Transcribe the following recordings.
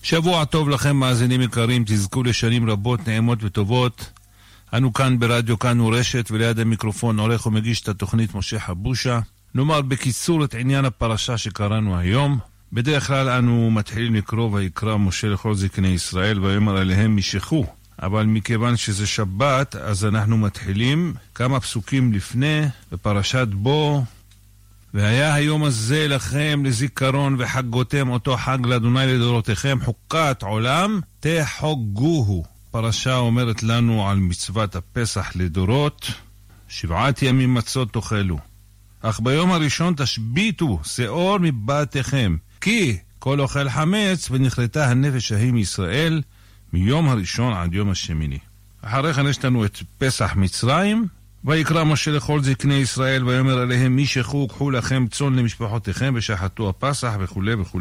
שבוע טוב לכם מאזינים יקרים, תזכו לשנים רבות, נעימות וטובות. אנו כאן ברדיו כאן ורשת, וליד המיקרופון עורך ומגיש את התוכנית משה חבושה. נאמר בקיצור את עניין הפרשה שקראנו היום. בדרך כלל אנו מתחילים לקרוא ויקרא משה לכל זקני ישראל ויאמר עליהם משכו. אבל מכיוון שזה שבת, אז אנחנו מתחילים כמה פסוקים לפני בפרשת בו. והיה היום הזה לכם לזיכרון וחגותם אותו חג לאדוני לדורותיכם, חוקת עולם תחוגוהו. פרשה אומרת לנו על מצוות הפסח לדורות, 7 ימים מצות תאכלו. אך ביום הראשון תשביתו שאור מבתיכם, כי כל אוכל חמץ ונכרתה הנפש ההיא מישראל מיום הראשון עד יום השמיני. אחרי כן יש לנו את פסח מצרים, ויקרא משה לכל זקני ישראל ויאמר עליהם משכו, קחו לכם צאן למשפחותיכם ושחטו הפסח וכו' וכו'.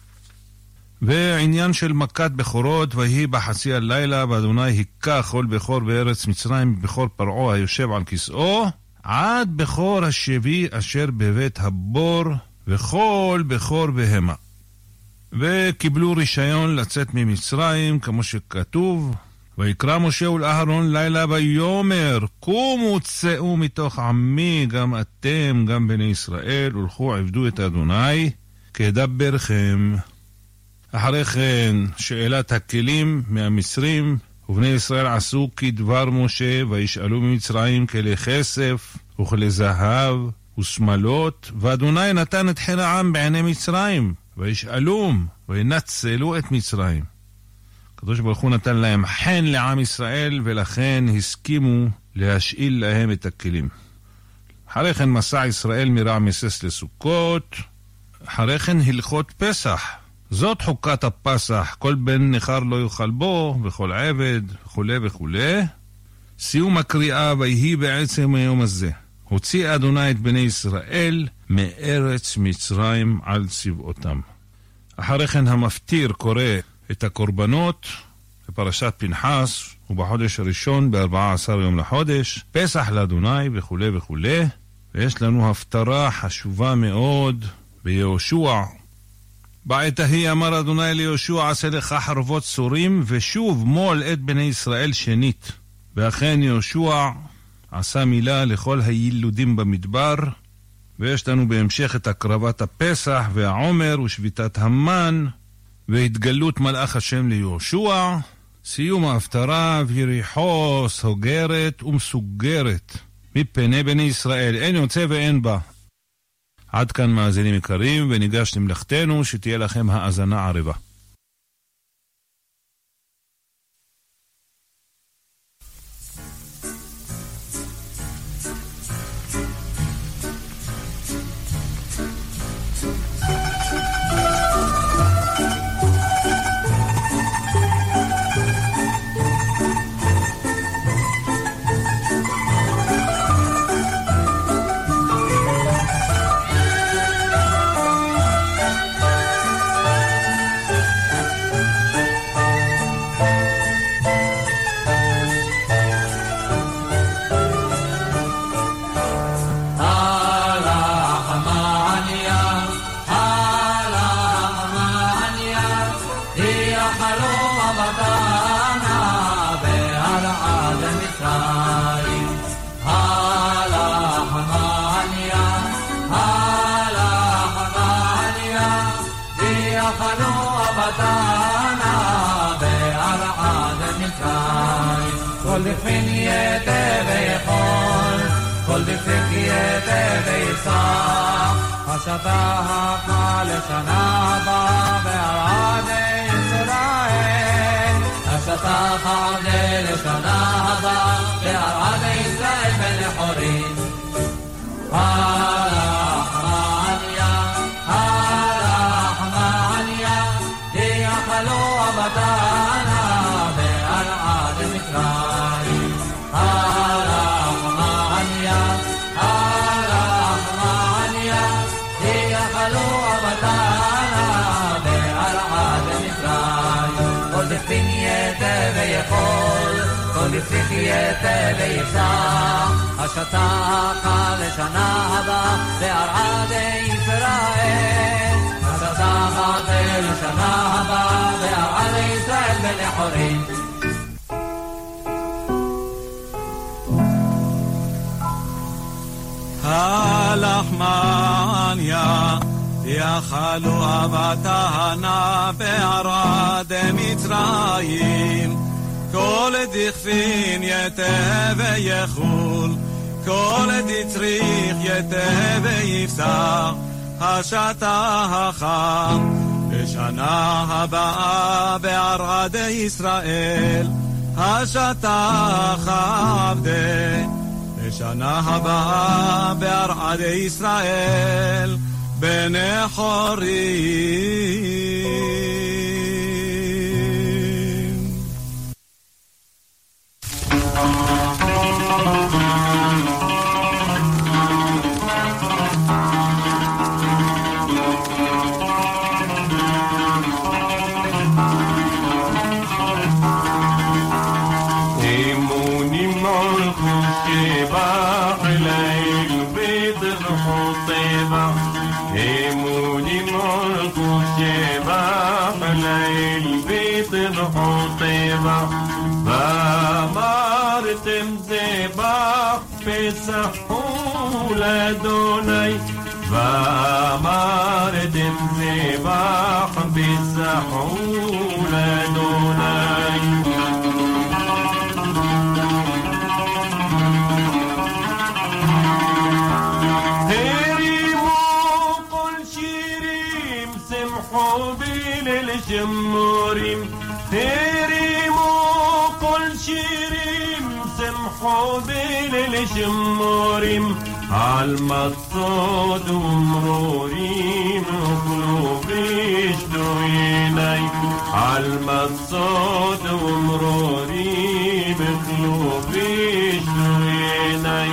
ועניין של מכת בכורות, ויהי בחצי הלילה ואדוני היכה כל בכור בארץ מצרים, בכור פרעה היושב על כסאו עד בכור השבי אשר בבית הבור וכל בכור בהמה. וקיבלו רישיון לצאת ממצרים כמו שכתוב, ויקרא משה ולאהרון לילה ויאמר קומו צאו מתוך עמי גם אתם גם בני ישראל ולכו עבדו את אדוני כדברכם. אחרי כן שאלת הכלים מהמצרים, ובני ישראל עשו כדבר משה וישאלו ממצרים כלי כסף וכלי זהב ושמלות, ואדוני נתן את חיל העם בעיני מצרים וישאלום וינצלו את מצרים. הקדוש ברוך הוא נתן להם חן לעם ישראל, ולכן הסכימו להשאיל להם את הכלים. אחרי כן מסע ישראל מרעמסס לסוכות. אחרי כן הלכות פסח, זאת חוקת הפסח, כל בן נחר לא יאכל בו וכל עבד וכו' וכו'. סיום הקריאה, ויהי בעצם היום הזה הוציא אדוני את בני ישראל מארץ מצרים על צבאותם. אחרי כן המפטיר קורא את הקורבנות בפרשת פנחס, ובחודש הראשון ב14 יום לחודש פסח לאדוני וכו' וכו'. ויש לנו הפטרה חשובה מאוד ביהושע. בעת ההיא אמר אדוני ליהושע, עשה לך חרבות צורים ושוב מול את בני ישראל שנית. ואכן יהושע עשה מילה לכל הילודים במדבר. ויש לנו בהמשך את הקרבת הפסח והעומר ושביתת המן והתגלות מלאך השם ליהושע. סיום ההפטרה, ויריחו סוגרת ומסוגרת מפני בני ישראל, אין יוצא ואין בא. עד כאן מאזינים יקרים, וניגש למלאכתנו, שתהיה לכם האזנה ערבה. השתחת לשנה הבאה בעדי ישראל, השתחת לשנה הבאה בעדי ישראל בנחורים. הרחמניה, הרחמניה, יחלו אבתנה בעדי מצרים. הרחמניה, הרחמניה, יחלו אבתנה בעד מצרים. כל דכפין יתה ויכול, כל דכפין יתה ויפסח, חשתך לשנה הבאה בערד ישראל. חשתך לשנה הבאה בערד ישראל בנחורים. הלחמניה יאכלו אבתנה בערד מצרים. כל דכפין יתה ויחול, כל דצריך יתה ויפסח, השטח לשנה הבאה בערד ישראל. השטח עבדי לשנה הבאה בערד ישראל בנחורים. אימונים מולכו שבח ליל בדרכו טבע. אימונים מולכו שבח ליל בדרכו טבע. ואמרתם זבח פסחו לאדוני. ואמרתם זבח פסחו לאדוני. בליל שמורים הרימו כל שירים, שמחו בליל שמורים על מצות ומרורים אוכלו וישתו עיני. על מצות ומרורים אוכלו וישתו עיני.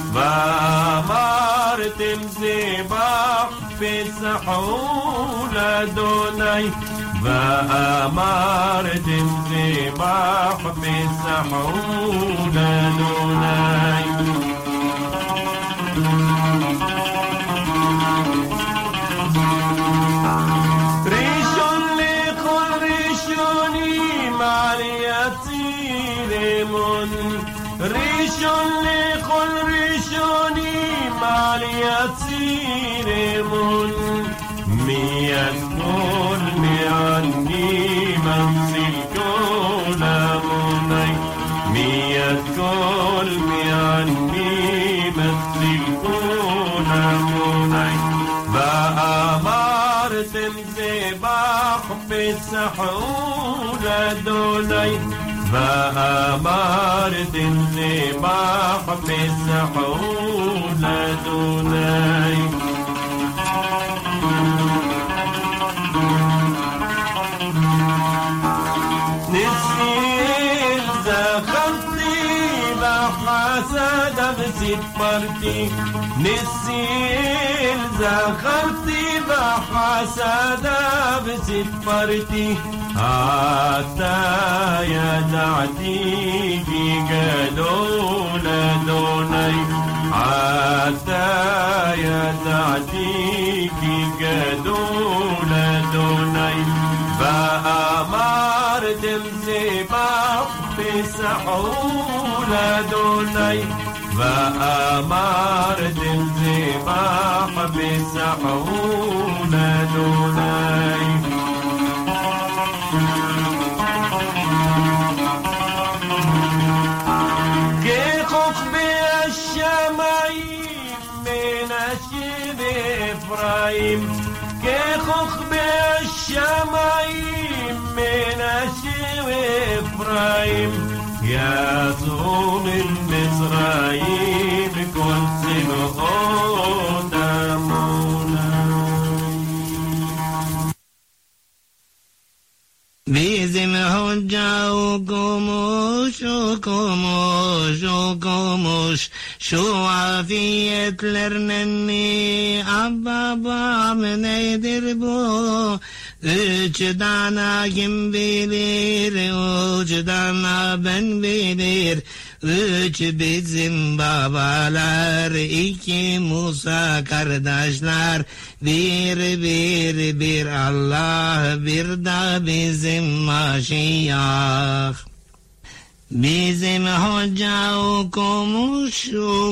ואמרתם זבח פסחו לאדוני. ואמרתם זבח פסחו לאדוני. ראשון לכל ראשונים על יציר אמון. ראשון לכל ראשונים על יציר אמון. מיד כל מעני מציל כל המוני. מיד כל מעני מציל כל המוני. ואמרתם זבח פסחו לאדוני. ואמרתם זבח פסחו לאדוני. נסיל זכרתי בחסדיו סיפרתי. נסיל זכרתי בחסדיו סיפרתי. אתה ידעתי כי גדול אדוני. אתה ידעתי כי גדול אדוני. ואמרתם זבח פסחו לאדוני. ואמרתם זבח פסחו לאדוני. ככוכבי השמיים מנשה ואפרים. ככוכבי השמיים מנשה ואפרים. יצאו מן מצרים כל צבאות עמוני. بزمه جاو قموش وقموش وقموش شو عافية لرنني عبابا من يدربو وجدانا جنبيلير وجدانا بن بيلير Üç bizim babalar, iki Musa kardeşler, bir Allah, bir de bizim Maşiyah. Bizim hoca okumuş,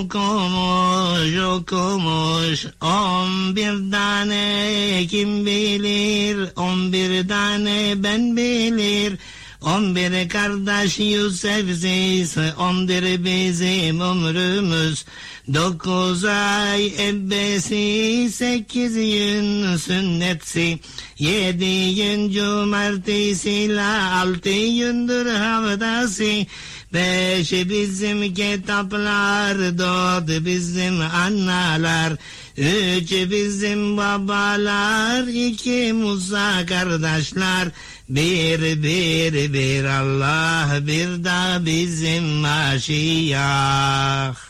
11 tane kim bilir, 11 tane ben bilir. 11 kardeş Yusuf'siz, 11 bizim ömrümüz. 9 ay ebbesi, 8 gün sünnetsi, 7 gün cumartesiyle, 6 gündür haftası. 5 bizim kitaplar, 4 bizim anneler, 3 bizim babalar, 2 Musa kardeşler. Bir Allah, bir de bizim Maşiyah.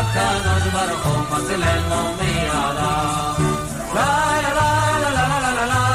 והקדוש ברוך הוא מצילנו מידם. לה לה לה לה לה לה לה לה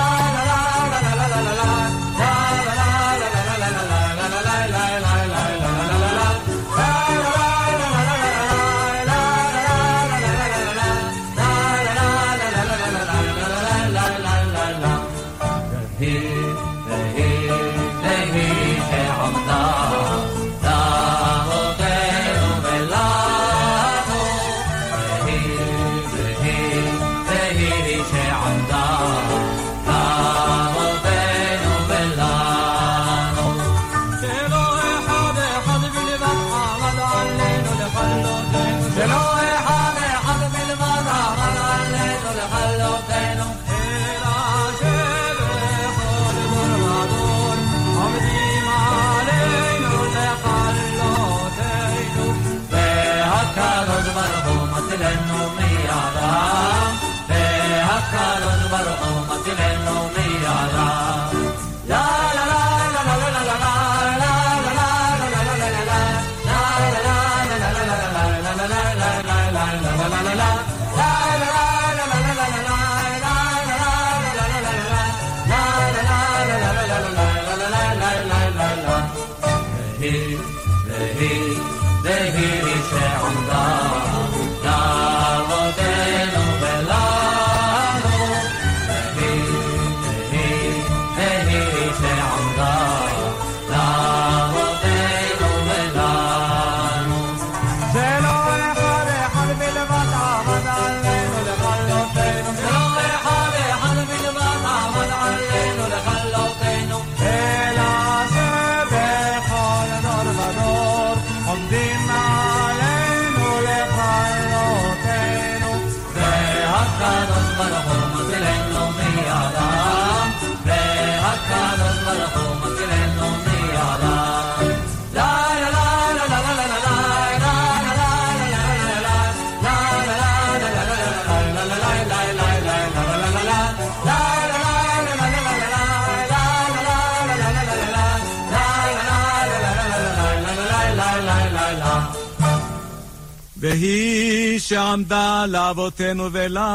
והיא שעמדה לאבותינו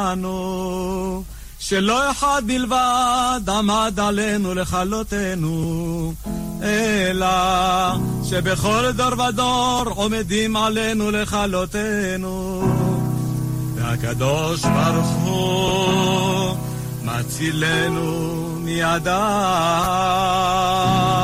ולנו, שלא אחד בלבד עמד עלינו לכלותנו, אלא שבכל דור ודור עומדים עלינו לכלותנו. והקדוש ברוך הוא מצילנו מידם.